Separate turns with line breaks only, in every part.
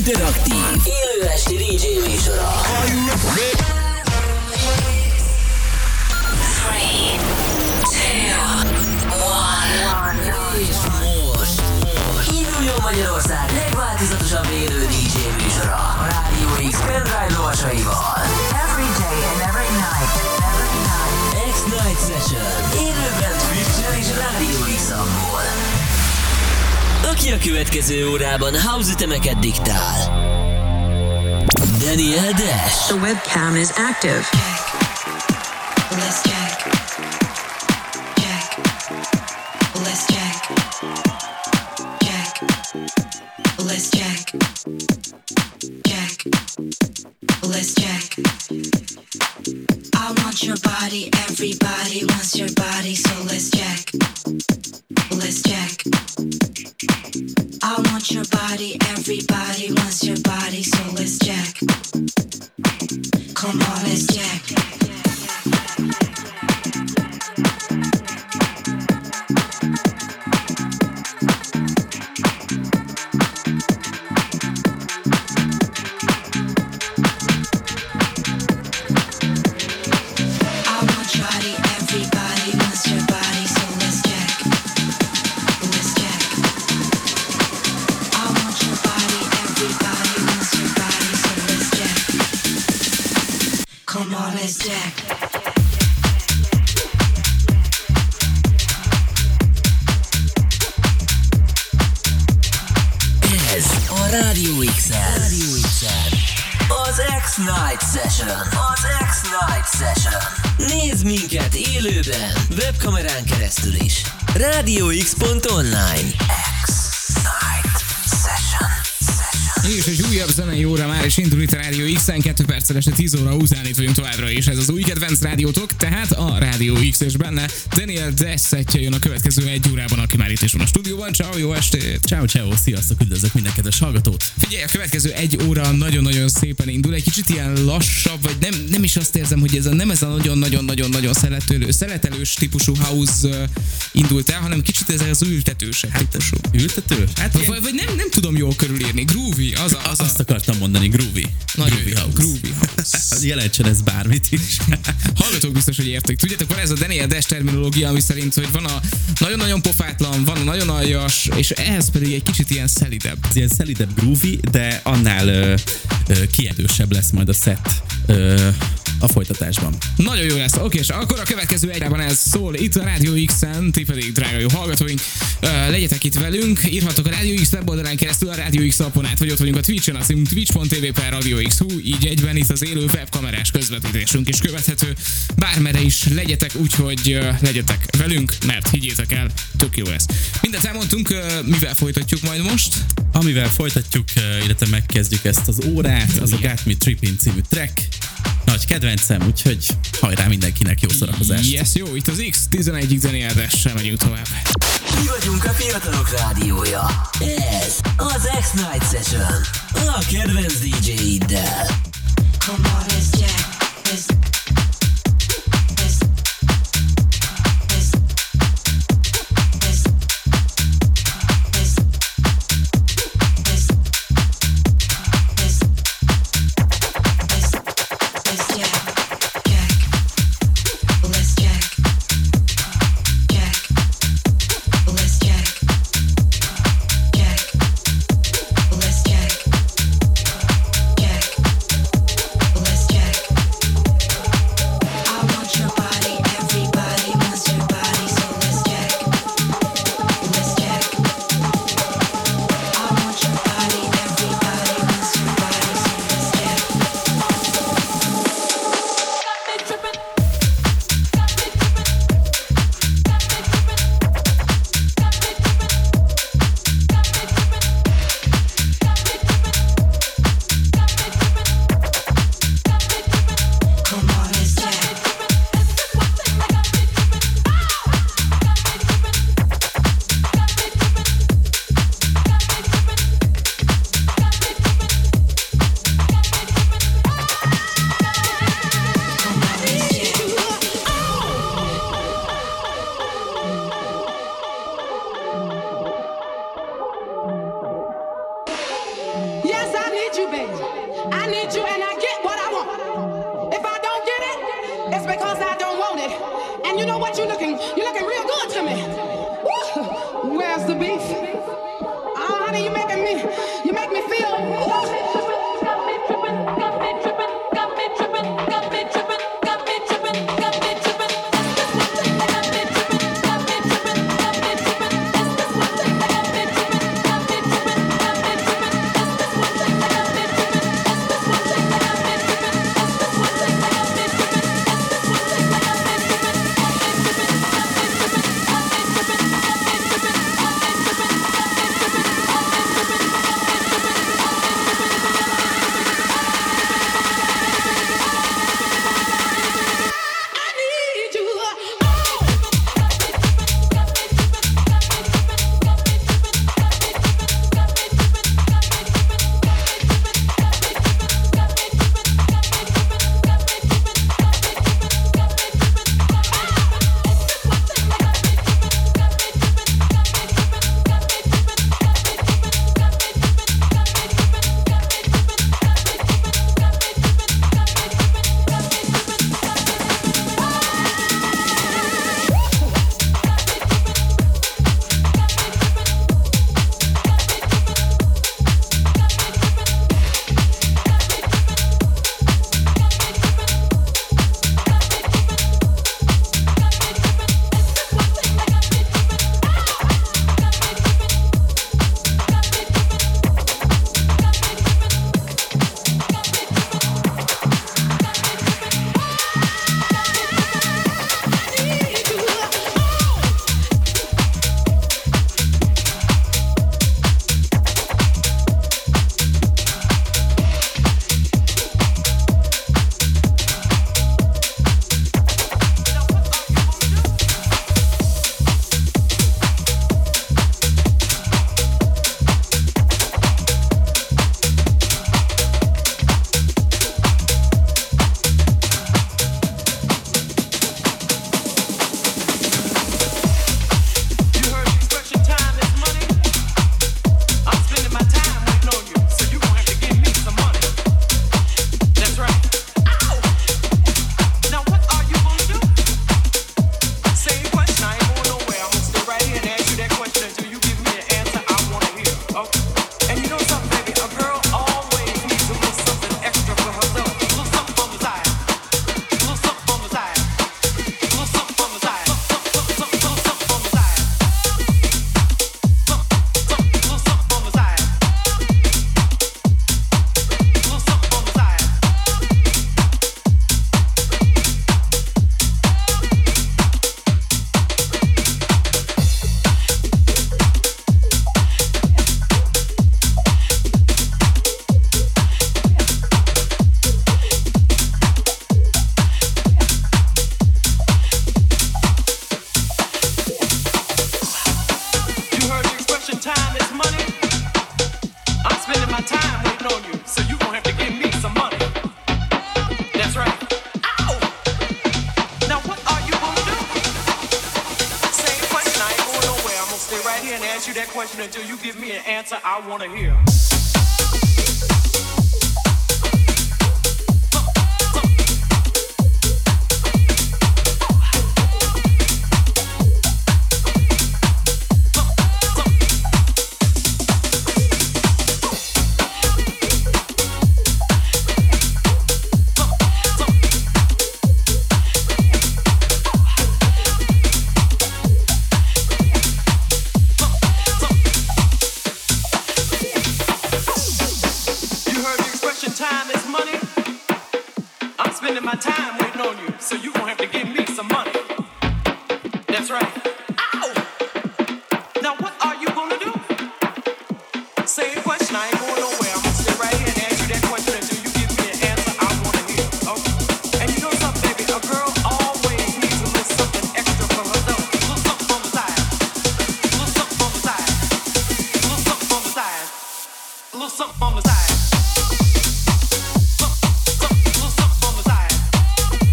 interaktív, élő esti DJ műsora.
3, 2,
1. És most induljon Magyarország legváltozatosabb élő DJ műsora a Rádió X pendrive lovasaival.
Every day and every night.
X-Night Session. Élőben Twitch-en és Rádió X-amból. Aki a következő órában house ütemeket diktál. Daniel Dash.
The webcam is active.
Let's check. Check. Let's check. Check. Let's check. Check. Let's check. I want your body, everybody wants your body, so let's check. Let's check. I want your body, everybody wants your body, so let's check. Come on, let's check. Come on, let's jack.
Ez a Rádió X-en. Az X-Night Session. Nézd minket élőben, webkamerán keresztül is. RádioX.online. X-Night Session.
És egy újabb zenei óra már is indul itt a Rádió X-en, 2 perccel este 10 óra után itt vagyunk továbbra is. Ez az új kedvenc rádiótok, tehát a Rádió X, és benne Daniel Dash szettje jön a következő 1 órában, aki már itt is van a stúdióban. Ciao, jó estét!
Ciao, sziasztok, üdvözlök minden kedves hallgatót!
Figyelj, a következő 1 óra nagyon-nagyon szépen indul, egy kicsit ilyen lassabb, vagy nem is azt érzem, hogy nem ez a nagyon-nagyon-nagyon szeletelős típusú house indult el, hanem kicsit ez az ültetősebb típusú.
Ültető?
Hát vagy nem tudom jól körülírni, groovy,
Azt akartam mondani, groovy.
Groovy house.
Jelentsen ez bármit is.
Hallgatók biztos, hogy érték. Tudjátok, van ez a Daniel Dash terminológia, ami szerint, hogy van a nagyon-nagyon pofátlan, van a nagyon aljas, és ehhez pedig egy kicsit ilyen szelidebb.
Ez ilyen szelidebb groovy, de annál kijelentősebb lesz majd a set a folytatásban.
Nagyon jó lesz. Oké, és akkor a következő egyben ez szól itt a Rádió X-en, ti pedig, drága jó hallgatóink, legyetek itt velünk, írhatok a Rádió X weboldalán keresztül, a Rádió X appon át, vagy ott vagyunk a Twitch-en, azt mondjuk twitch.tv/radiox.hu, így egyben itt az élő webkamerás közvetítésünk is követhető. Bármerre is legyetek, úgyhogy legyetek velünk, mert higgyétek el, tök jó lesz. Mindent elmondtunk, mivel folytatjuk majd most?
Amivel folytatjuk, illetve megkezdjük ezt az órát, az a Got Me Trippin' című track. Nagy kedvencem, úgyhogy hajrá mindenkinek, jó szórakozást!
Yes, jó, itt az X11 Daniel Dash-sel megyünk tovább.
Mi vagyunk a fiatalok rádiója. Ez az X-Night Session. A kedvenc DJ-iddel.
Come on, let's jack.
you, baby. I need you and I get what I want. If I don't get it, it's because I don't want it. And you know what? You're looking real good to me. Woo! Where's the beef? Oh, honey, you make me feel.
Until you give me an answer I want to hear.
Something on the side.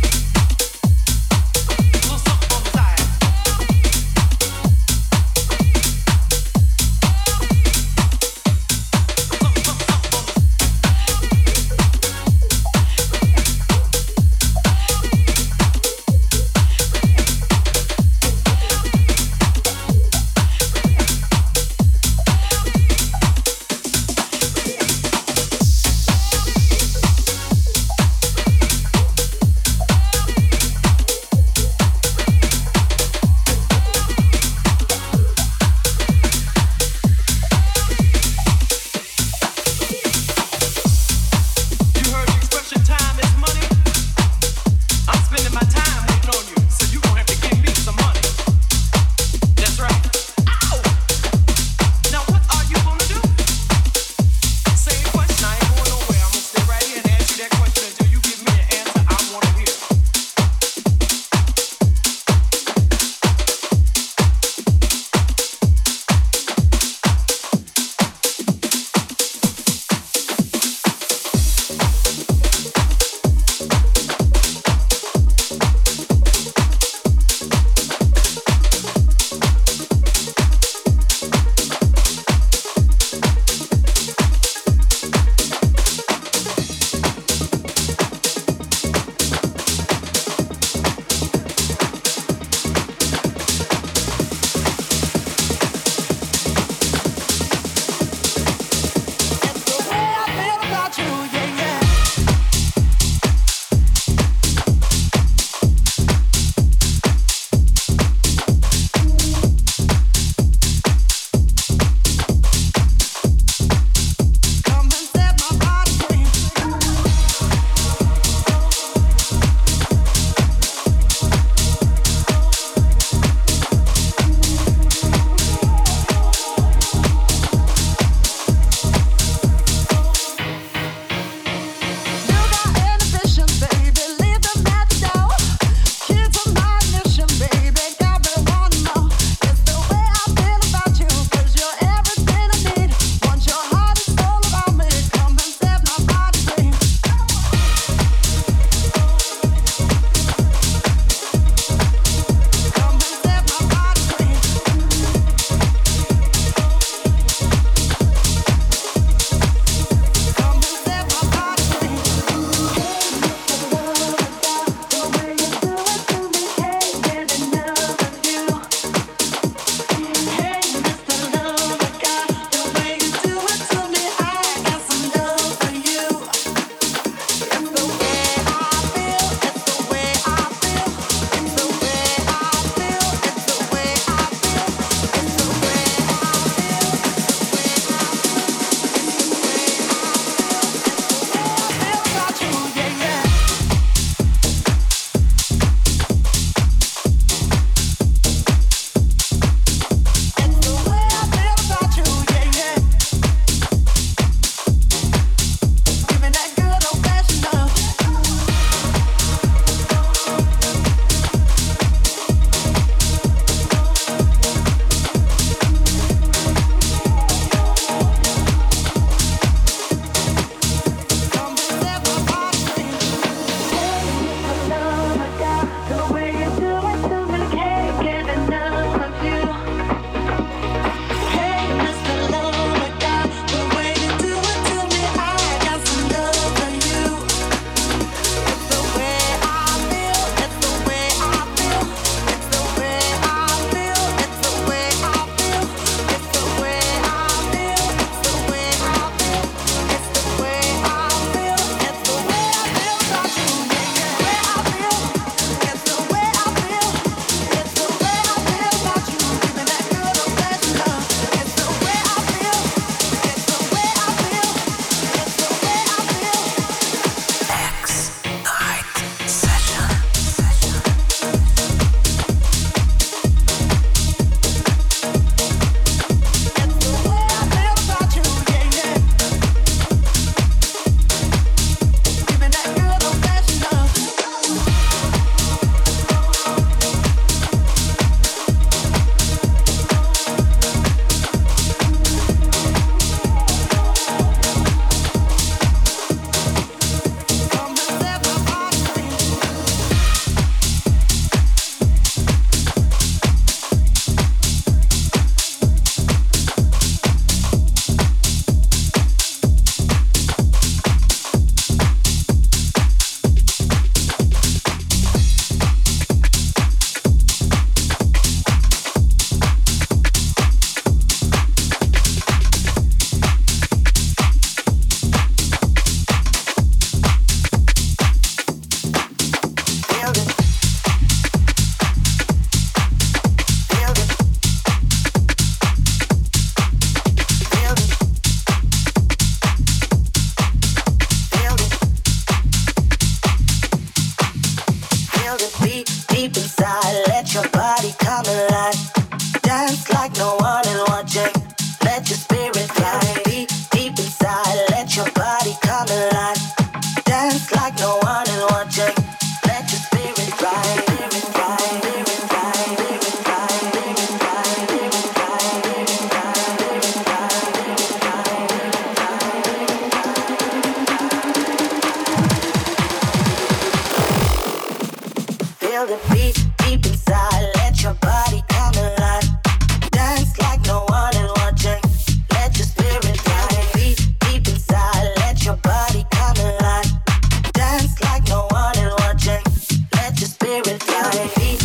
Feel the beat deep inside. Let your body come alive. Dance like no one is watching. Let your spirit fly. Beat deep inside. Let your body come alive. Dance like no one is watching. Let your spirit fly. Beat.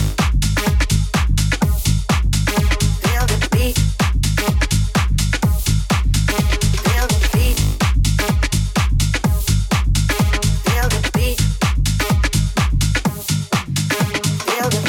Feel the beat. Feel the beat. Feel the beat. Feel the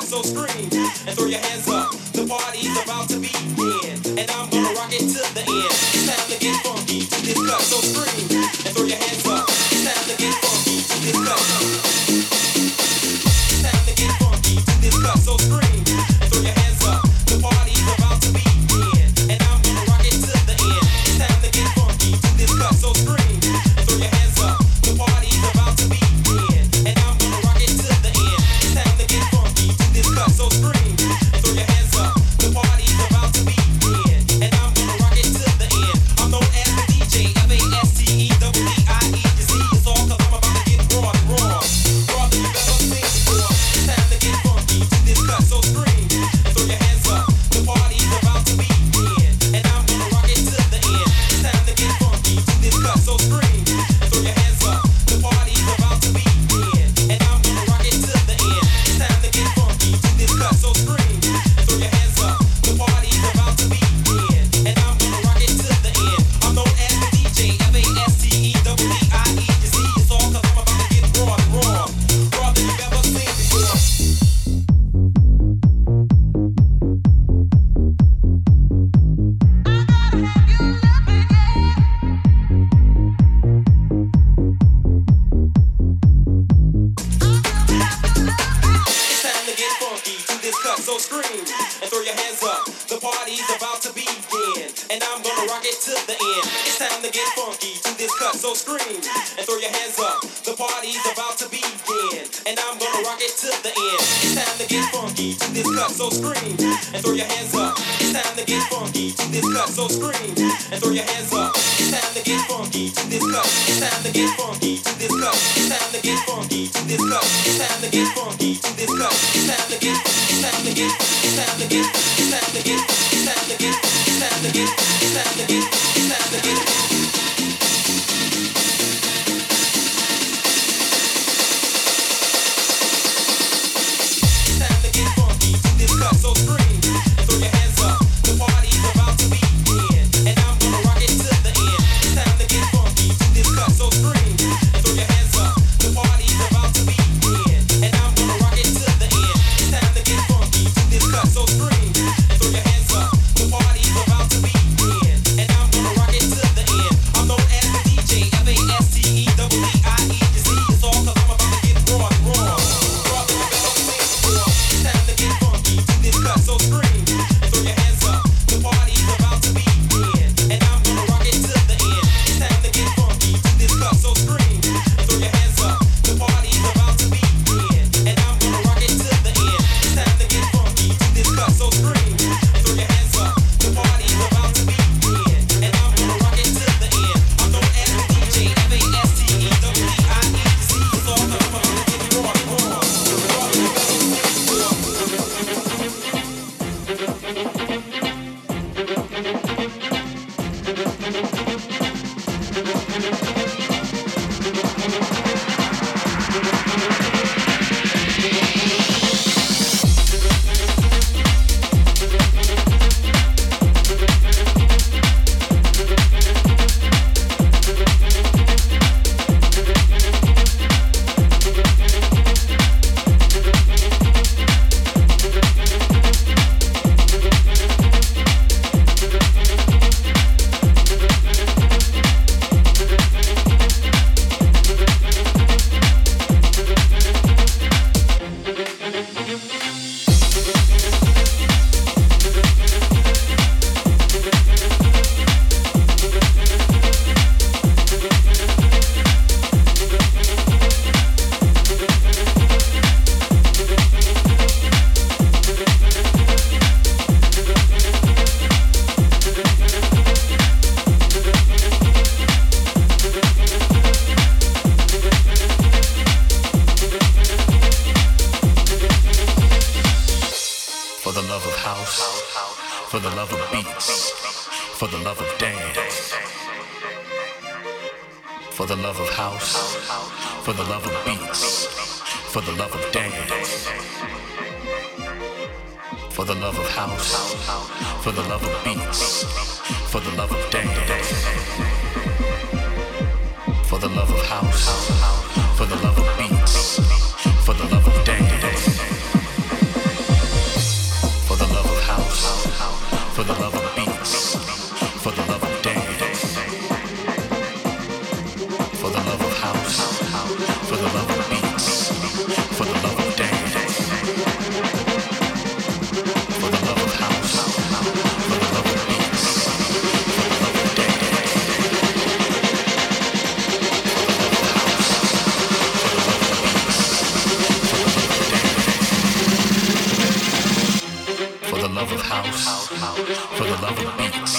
so scream and throw your hands up. The party's about to begin, and I'm gonna rock it to the end. It's time to get funky to this cut, so scream and throw your hands up. It's time to get funky to this cut. It's time to get funky to this cut, so scream and throw your hands up. The party's about to begin, and I'm gonna rock it to the end. It's time to get funky to this cut, so scream and throw your hands up. The party's about to begin, and I'm gonna rock it to the end. It's time to get funky to this cut, so scream and throw your hands up. The party's about to begin, and I'm gonna rock it to the end. I'm known as the DJ, F-A-S-T-E-W-D-I-E. You see, it's all 'cause I'm about to get raw and raw. Raw than you've ever seen before. It's time to get funky to this cut, so scream and throw your hands up. The party's about to begin, and I'm gonna rock it to the end. It's time to get funky to this cut, so scream and throw your hands up. The party's about to begin, and I'm gonna rock it to the end. It's time to get funky to this cut, so scream and throw your hands up. The party's about to begin, and I'm gonna rock it to the end. I'm known as the DJ, F-A-S-T-E-W-D-I-E. You see, it's all 'cause I'm about to get raw and raw. Raw than you've ever seen before. It's time to get funky to this cut, so scream and throw your hands up. The party's about to begin, and I'm gonna rock it to the end. It's time to get funky to this cut, so scream and throw your hands up. The party's about to begin, and I'm gonna rock it to the end. It's time to get funky to this cut, so scream and throw your hands up. It's time to get funky to this cut, so scream and throw your hands up. It's time to get funky to this cut. It's time to get funky to this cut. It's time to get funky to this cut. It's time to get funky to this cut. It's time to get. It's time to get. It's time to get. It's time to get. It's time to get. It's time to get. It's time to get. It's time to get. It's time to get funky to this cut, so scream and throw your hands up. The party's about to begin, and I'm gonna rock it to the end. It's time to get funky to this cut, so scream and throw your hands up. The party's about to begin, and I'm gonna rock it to the end. It's time to get funky to this cut, so scream and throw your hands up. The party's about to begin, and I'm gonna rock it to the end. I'm known as the DJ, F-A-S-T-E-W-D-I-E. You see, it's all 'cause I'm about to get raw and raw. Raw than you've ever seen before. It's time to get funky to this cut, so scream and throw your hands up. The party's about to begin, and I'm gonna rock it to the end. It's time to get funky to this cut, so scream and throw your hands up. The party's about to begin, and I'm gonna rock it to the end. It's time to get funky to this cut, so scream and throw your hands up. The party's about to begin, and I'm gonna rock it to the end. I'm known as the DJ, F-A-S-T-E-W-D-I-E. You see, it's all 'cause I'm about to get raw and raw. Raw than you've ever seen before.
For the love of house, for the love of beats, for the love of dance. For the love of house, for the love of beats, for the love of dance. For the love of house, for the love of beats, for the love of dance. For the love of house, for the love of beats, for the love of dance. the love of beats, for the love of dance, for the love of house, for the love of beats, for the love of dance, for the love of house, for the love of beats, for the love of dance, for the love of house, for the love of beats.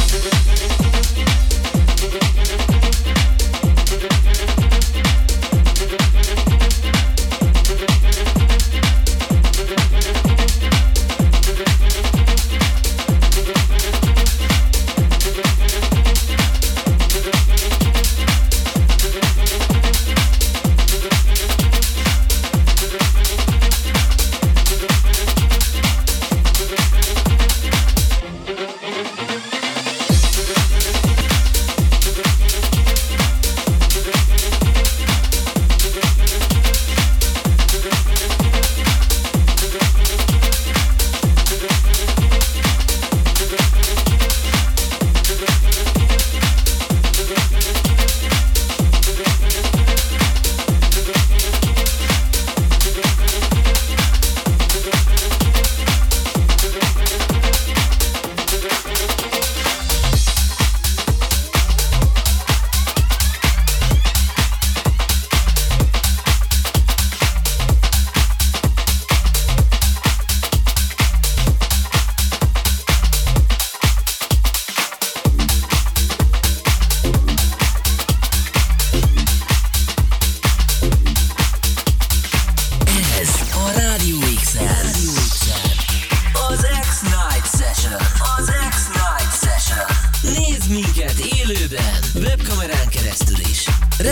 Webkamerán keresztül is.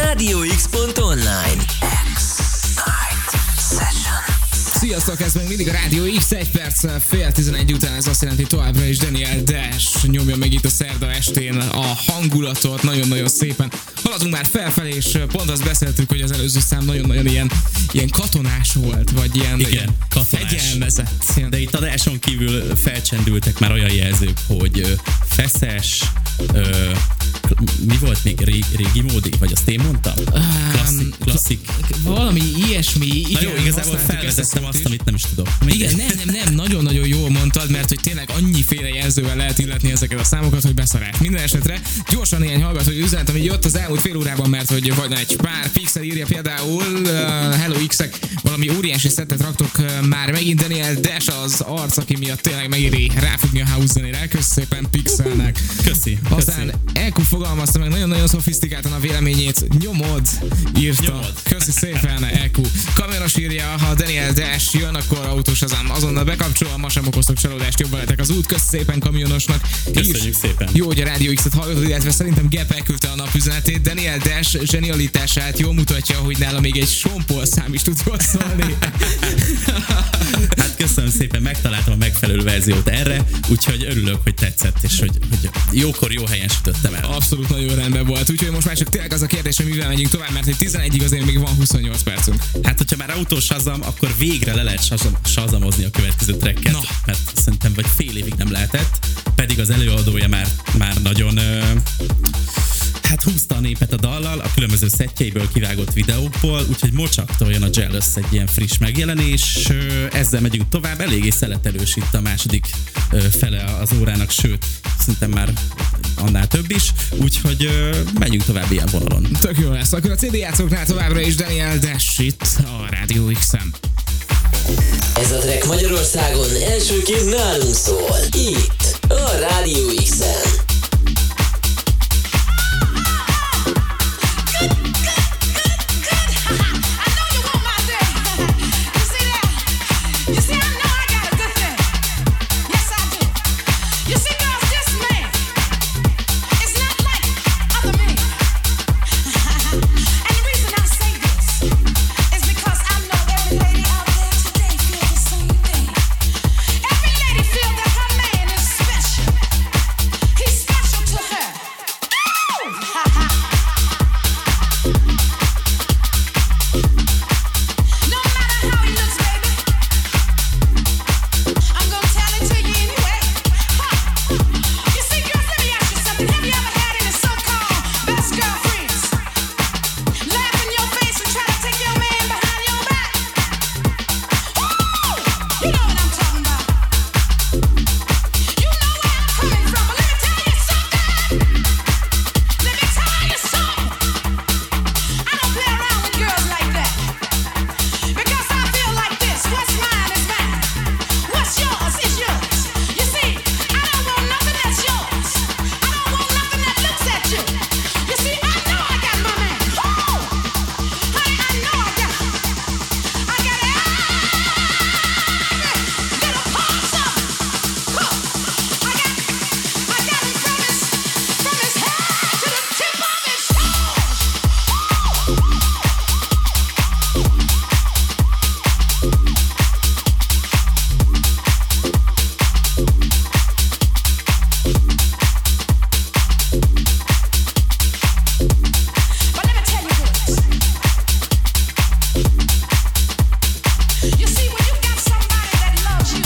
RádioX.online. X-Night Session.
Sziasztok, ez még mindig a Rádió X, 1 perc fél 11 után, ez azt jelenti továbbra is Daniel Dash nyomja meg itt a szerda estén a hangulatot, nagyon-nagyon szépen. Haladunk már felfelé, és pont azt beszéltük, hogy az előző szám nagyon-nagyon ilyen katonás volt, vagy ilyen fegyelmezett.
De itt adáson kívül felcsendültek már olyan jelzők, hogy feszes, mi volt még? Régi módi? Vagy azt én mondtam? Klasszik.
Valami ilyesmi. Igen,
na jó, igazából felvezettem azt, amit nem is tudok.
Igen, nem, nagyon-nagyon jól mondtad, mert hogy tényleg annyiféle jelzővel lehet illetni ezeket a számokat, hogy beszarált. Minden esetre gyorsan néhány hallgatói üzenet, ami jött az elmúlt fél órában, mert hogy vagy egy pár Pixel írja például, Hello X-ek, valami óriási szettet raktok már megint, Daniel Dash az arc, aki miatt tényleg megéri ráfutni a house zenére. Köszi szépen Pixelnek.
Köszi.
Aztán EQ fogalmazta meg nagyon-nagyon szofisztikáltan a véleményét. Nyomod, írta. Köszi szépen, EQ. Kamionos írja, ha Daniel Dash jön, akkor autós azonnal bekapcsol, ma sem okoztok csalódást, jobban letek az út. Köszi szépen kamionosnak.
Köszönjük szépen.
Jó, hogy a Rádió X-et hallgatod, illetve szerintem Gep elküldte a napüzenetét. Daniel Dash zsenialitását jól mutatja, hogy nála még egy Sean szám is tud jól szólni.
Hát köszönöm szépen, megtaláltam a megfelelő verziót erre, úgyhogy örülök, hogy tetszett, és hogy jókor jó helyen sütöttem el.
Abszolút nagyon rendben volt, úgyhogy most már csak tényleg az a kérdés, hogy mivel megyünk tovább, mert egy 11-ig azért még van 28 percünk.
Hát, hogyha már autós Shazam, akkor végre le lehet shazamozni a következő tracket, no. Mert szerintem vagy fél évig nem lehetett, pedig az előadója már nagyon hát húzta a népet a dallal, a különböző szettjeiből kivágott videókból, úgyhogy mocsaktól jön a Jealous egy ilyen friss megjelenés, ezzel megyünk tovább, eléggé szeletelős itt a második fele az órának, sőt, szerintem már annál több is, úgyhogy megyünk tovább ilyen vonalon.
Tök jó lesz, akkor a CD játszóknál továbbra is Daniel Dash itt a Rádió X-en.
Ez a track Magyarországon elsőként nálunk szól, itt a Rádió X-en.
He's yours is yours. You see, I don't want nothing that's yours. I don't want nothing that looks at you. You see, I know I got my man. Oh, honey, I know I got every little parts of it. Oh, I got him from his head to the tip of his toes. But let me tell you this. You see, when you got somebody that loves you,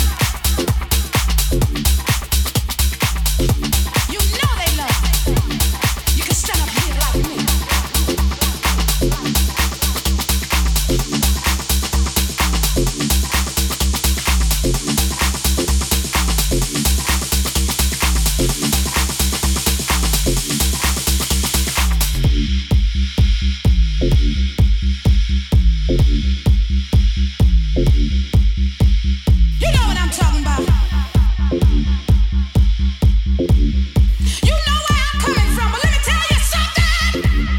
you know they love you. You can stand up here like me. You know what I'm talking about. You know where I'm coming from, but let me tell you something.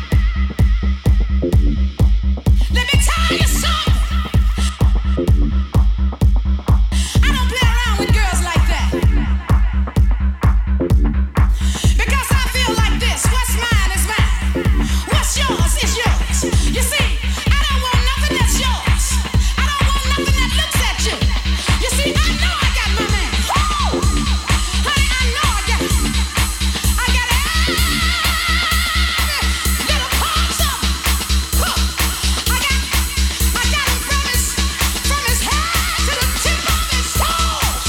Let me tell you something. I don't play around with girls like that. Because I feel like this. What's mine is mine. What's yours is yours. You see, I don't want nothing that's yours. I don't want nothing that looks at you. You see, I know I got my man. Woo! Honey, I know I got every little parts of it. Woo! I got him from his head to the tip of his toes.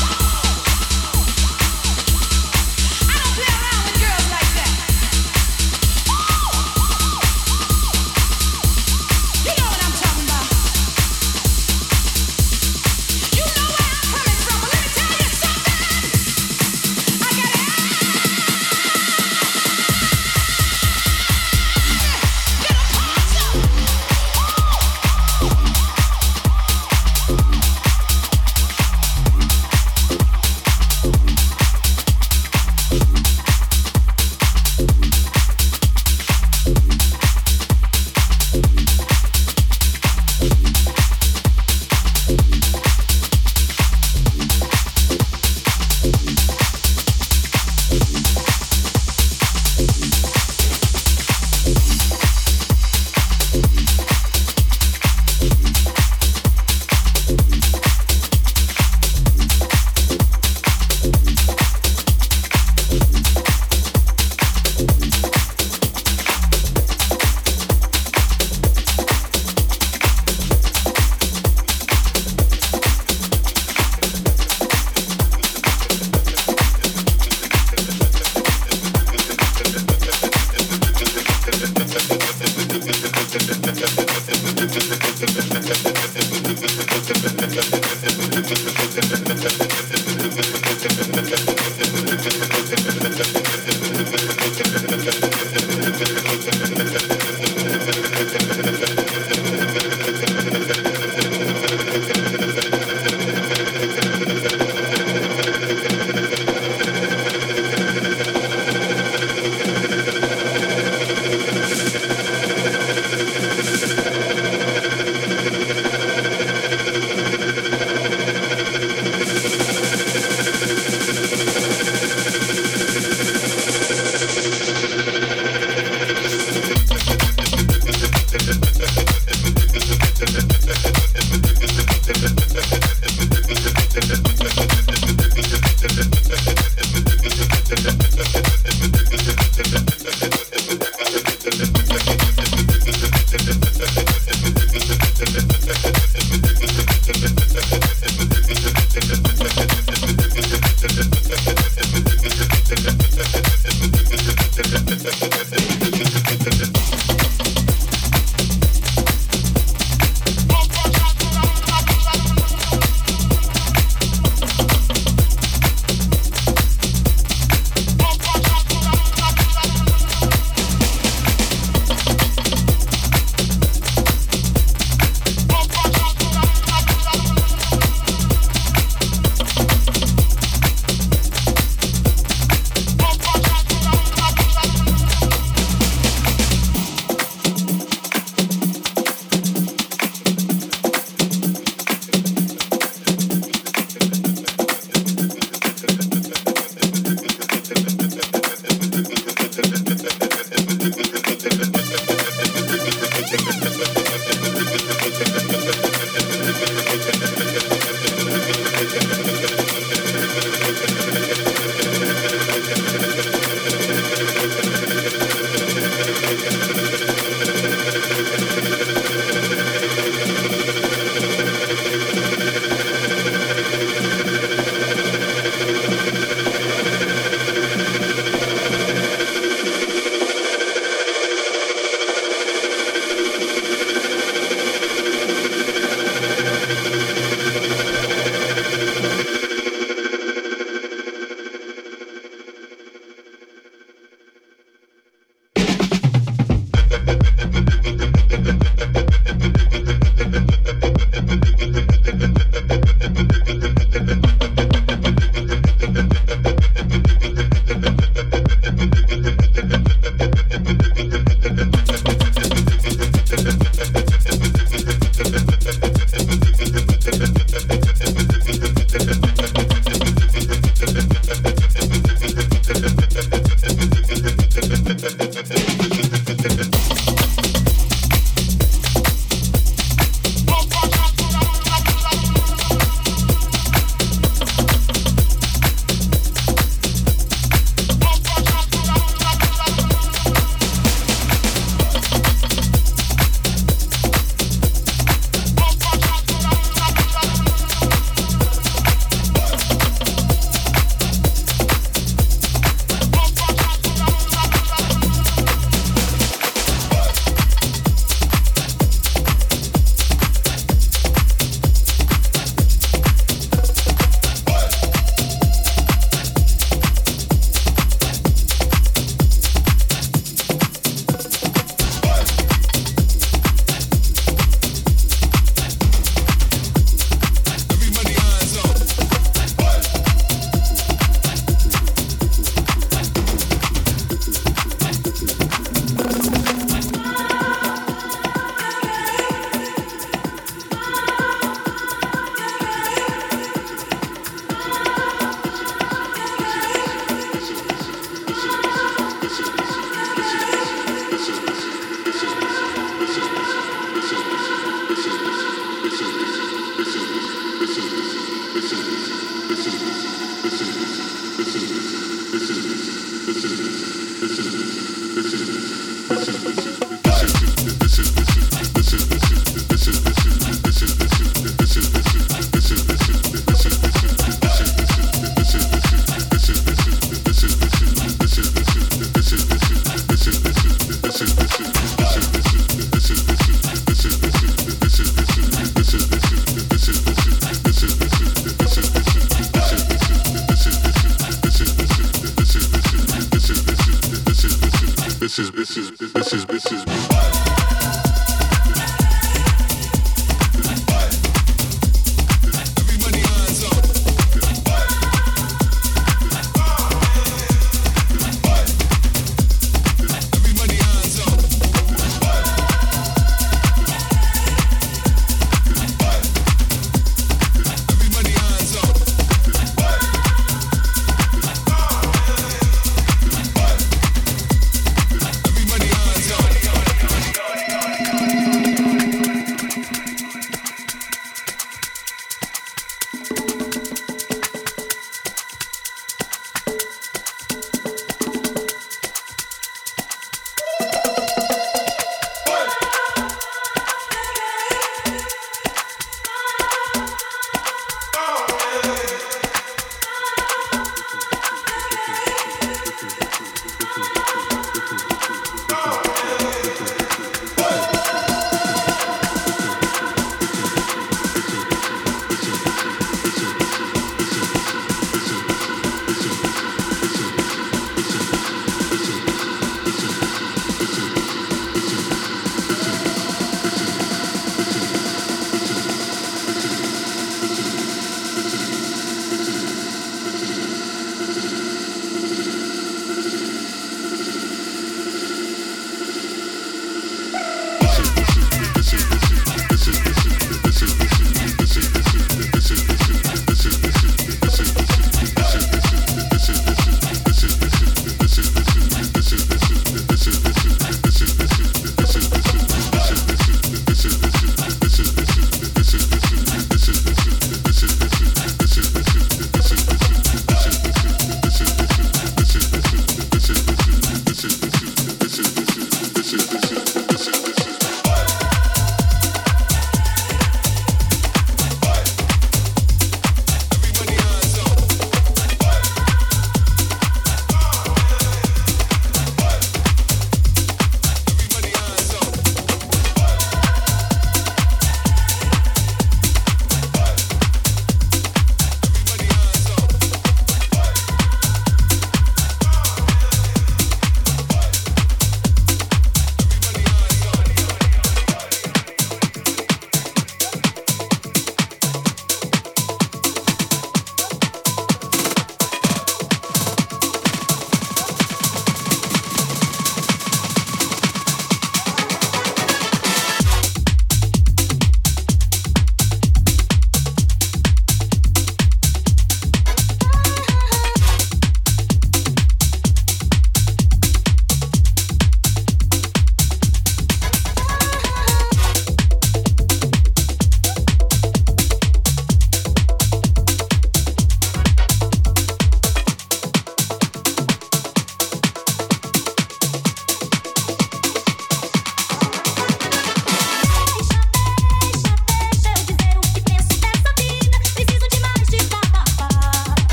I don't play around with girls like that. You know what I'm talking about. You know where I'm coming from, but let me tell you something. I got every little parts of it.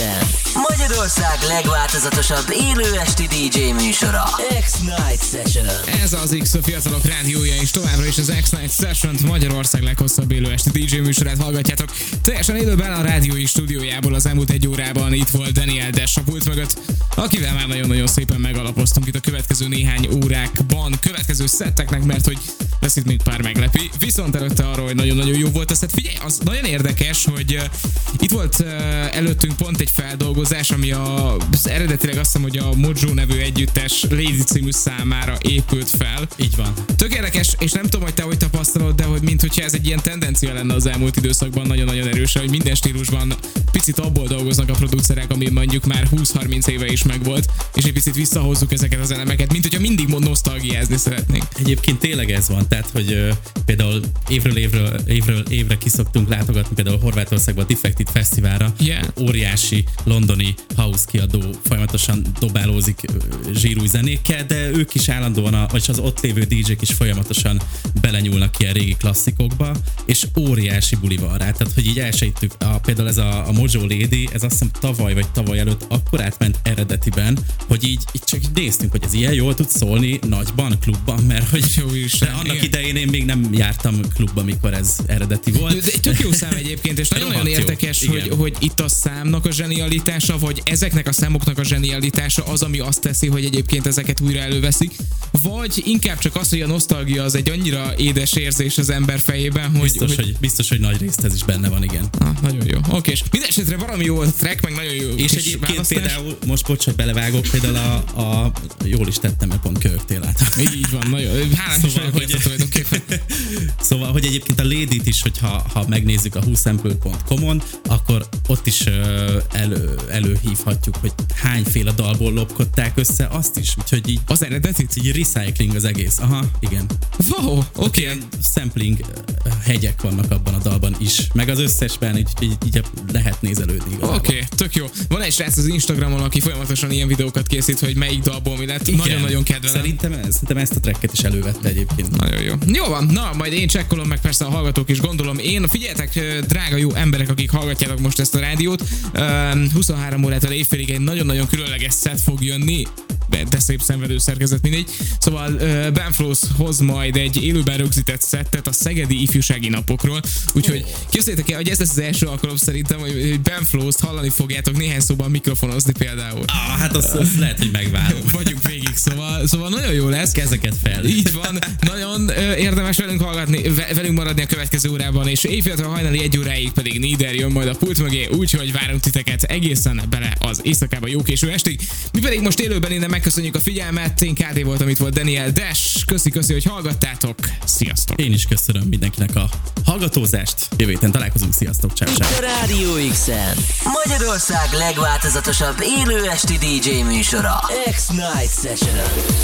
XN. Magyarország legváltozatosabb élő esti DJ műsora. X-Night Session.
Ez az X a fiatalok rádiója, és továbbra is az X-Night Session-t, Magyarország leghosszabb élő esti DJ műsorát hallgatjátok. Teljesen élőben a rádiói stúdiójából az elmúlt egy órában itt volt Daniel Dash a pult mögött, akivel már nagyon-nagyon szépen megalapoztunk itt a következő néhány órákban, következő szetteknek, mert hogy lesz itt még pár meglepi. Viszont előtte arról, hogy nagyon-nagyon jó volt a szett. Figyelj, az nagyon érdekes, hogy itt volt előttünk pont egy feldolgozás, ami az eredetileg azt hiszem, hogy a Mojo nevű együttes Lady című számára épült fel.
Így van.
Tök érdekes, és nem tudom, hogy te hogy tapasztalod, de hogy minthogyha ez egy ilyen tendencia lenne az elmúlt időszakban nagyon-nagyon erősen, hogy minden stílusban picit abból dolgoznak a producerek, ami mondjuk már 20-30 éve is megvolt, és egy picit visszahozzuk ezeket az elemeket, mint hogyha mindig nosztalgiázni szeretnénk.
Egyébként tényleg ez van, tehát hogy például évről évre kiszoktunk látogatni például Horvátországban a Defected Fesztiválra.
Yeah.
Óriási londoni house kiadó folyamatosan dobálózik zsírúj zenékkel, de ők is állandóan, vagyis az ott lévő DJ-k is folyamatosan belenyúlnak ilyen régi klasszikokba, és óriási buli van rá. Tehát, hogy így elsejtjük, például ez a Mojo Lady, ez azt hiszem tavaly vagy tavaly előtt akkor átment eredetiben, hogy így csak néztünk, hogy ez ilyen jól tud szólni nagyban, klubban, mert hogy
jó Isten,
annak
igen.
idején én még nem jártam klubba, mikor ez eredeti volt.
De egy tök jó szám egyébként, és nagyon-nagyon érdekes, hogy itt a számnak a zsenialitása, vagy ezeknek a számoknak a zsenialitása az, ami azt teszi, hogy egyébként ezeket újra előveszik, vagy inkább csak az, hogy a nosztalgia az egy annyira édes érzés az ember fejében, hogy...
Biztos, hogy nagy részt ez is benne van, igen.
Nagyon jó. Oké, és minden esetre valami jó track, meg nagyon jó.
És egyébként választás. Például, most bocsánat, belevágok, például a jól is tettem, mert pont köhögtél át.
Így van, nagyon. Hálás szóval, hogy tulajdonképpen.
Szóval, hogy egyébként a Lady-t is, hogyha megnézzük a whosample.com-on, akkor ott is előhívhatjuk, hogy hányféle dalból lopkodták össze, azt is, úgyhogy így...
Az eredetit?
Így recycling az egész. Aha, igen.
Wow, oké.
Sampling hegyek vannak abban a dalban is, meg az összesben így lehet nézelődni.
Oké, tök jó. Van egy srác az Instagramon, aki folyamatosan ilyen videókat készít, hogy melyik dalból mi lett. Nagyon-nagyon kedvelem.
Szerintem ezt a tracket is elővette egyébként.
Nagyon jó. Jó van, na majd én csekkolom, meg persze a hallgatók is gondolom. Figyeljetek, drága jó emberek, akik hallgatjátok most ezt a rádiót, 23 órától éjfélig egy nagyon-nagyon különleges set fog jönni, de szép szenvedő szerkezet mindegy. Szóval Ben Flows hoz majd egy élőben rögzített szettet a Szegedi Ifjúsági Napokról, úgyhogy képzeljétek el, hogy ez lesz az első alkalom szerintem, hogy Ben Flows-t hallani fogjátok néhány szóban mikrofonozni például.
Hát azt lehet, hogy megvárom.
Vagyunk végig, szóval nagyon jó lesz.
Kezeket fel.
Így van, nagyon érdemes velünk maradni a következő órában, és éjféltől hajnali 1 óráig pedig Nieder jön majd a pult mögé, úgyhogy várunk titeket egészen bele az éjszakába jó késő estig. Mi pedig most élőben innen megköszönjük a figyelmet, én KD voltam, itt volt Daniel Dash, köszi, hogy hallgattátok, sziasztok!
Én is köszönöm mindenkinek a hallgatózást, jövő héten találkozunk, sziasztok, ciao.
Itt a Rádió X-en, Magyarország legváltozatosabb élő esti DJ műsora, X-Night Session.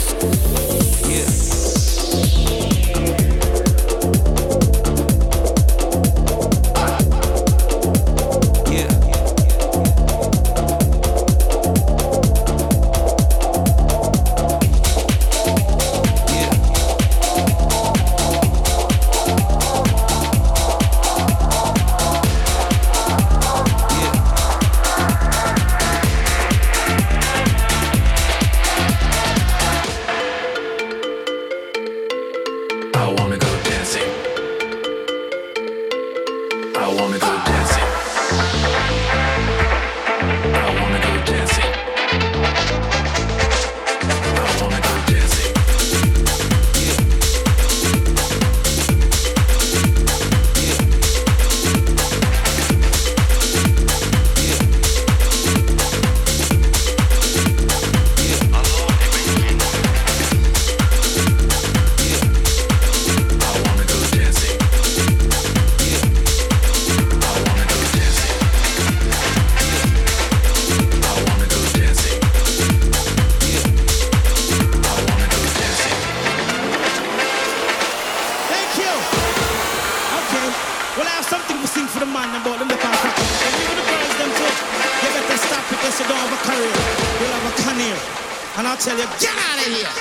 And I'll tell you, get out of here!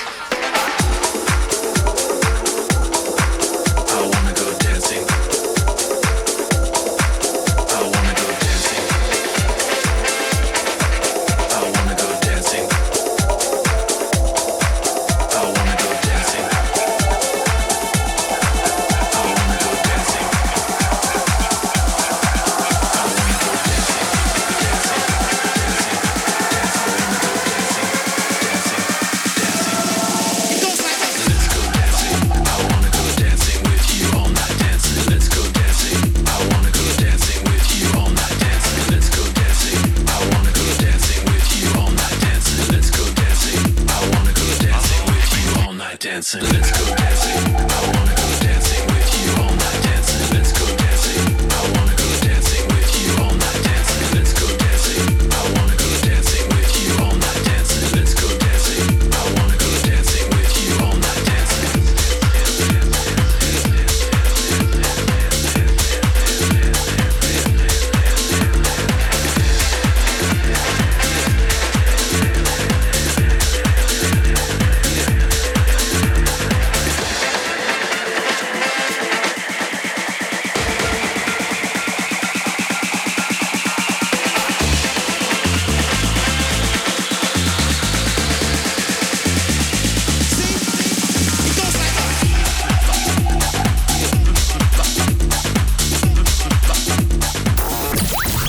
I wanna go dancing. I wanna go dancing. dancing. Let's go dancing. I wanna go dancing with you all night dancing. Let's go dancing. I wanna go dancing with you all night dancing. Let's go dancing. I wanna go dancing with you all night dancing. Let's go dancing. I wanna go dancing with you all night dancing.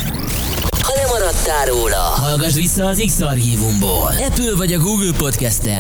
Ha lemaradtál róla, hallgass vissza az X-Archívumból. Apple vagy a Google Podcasten.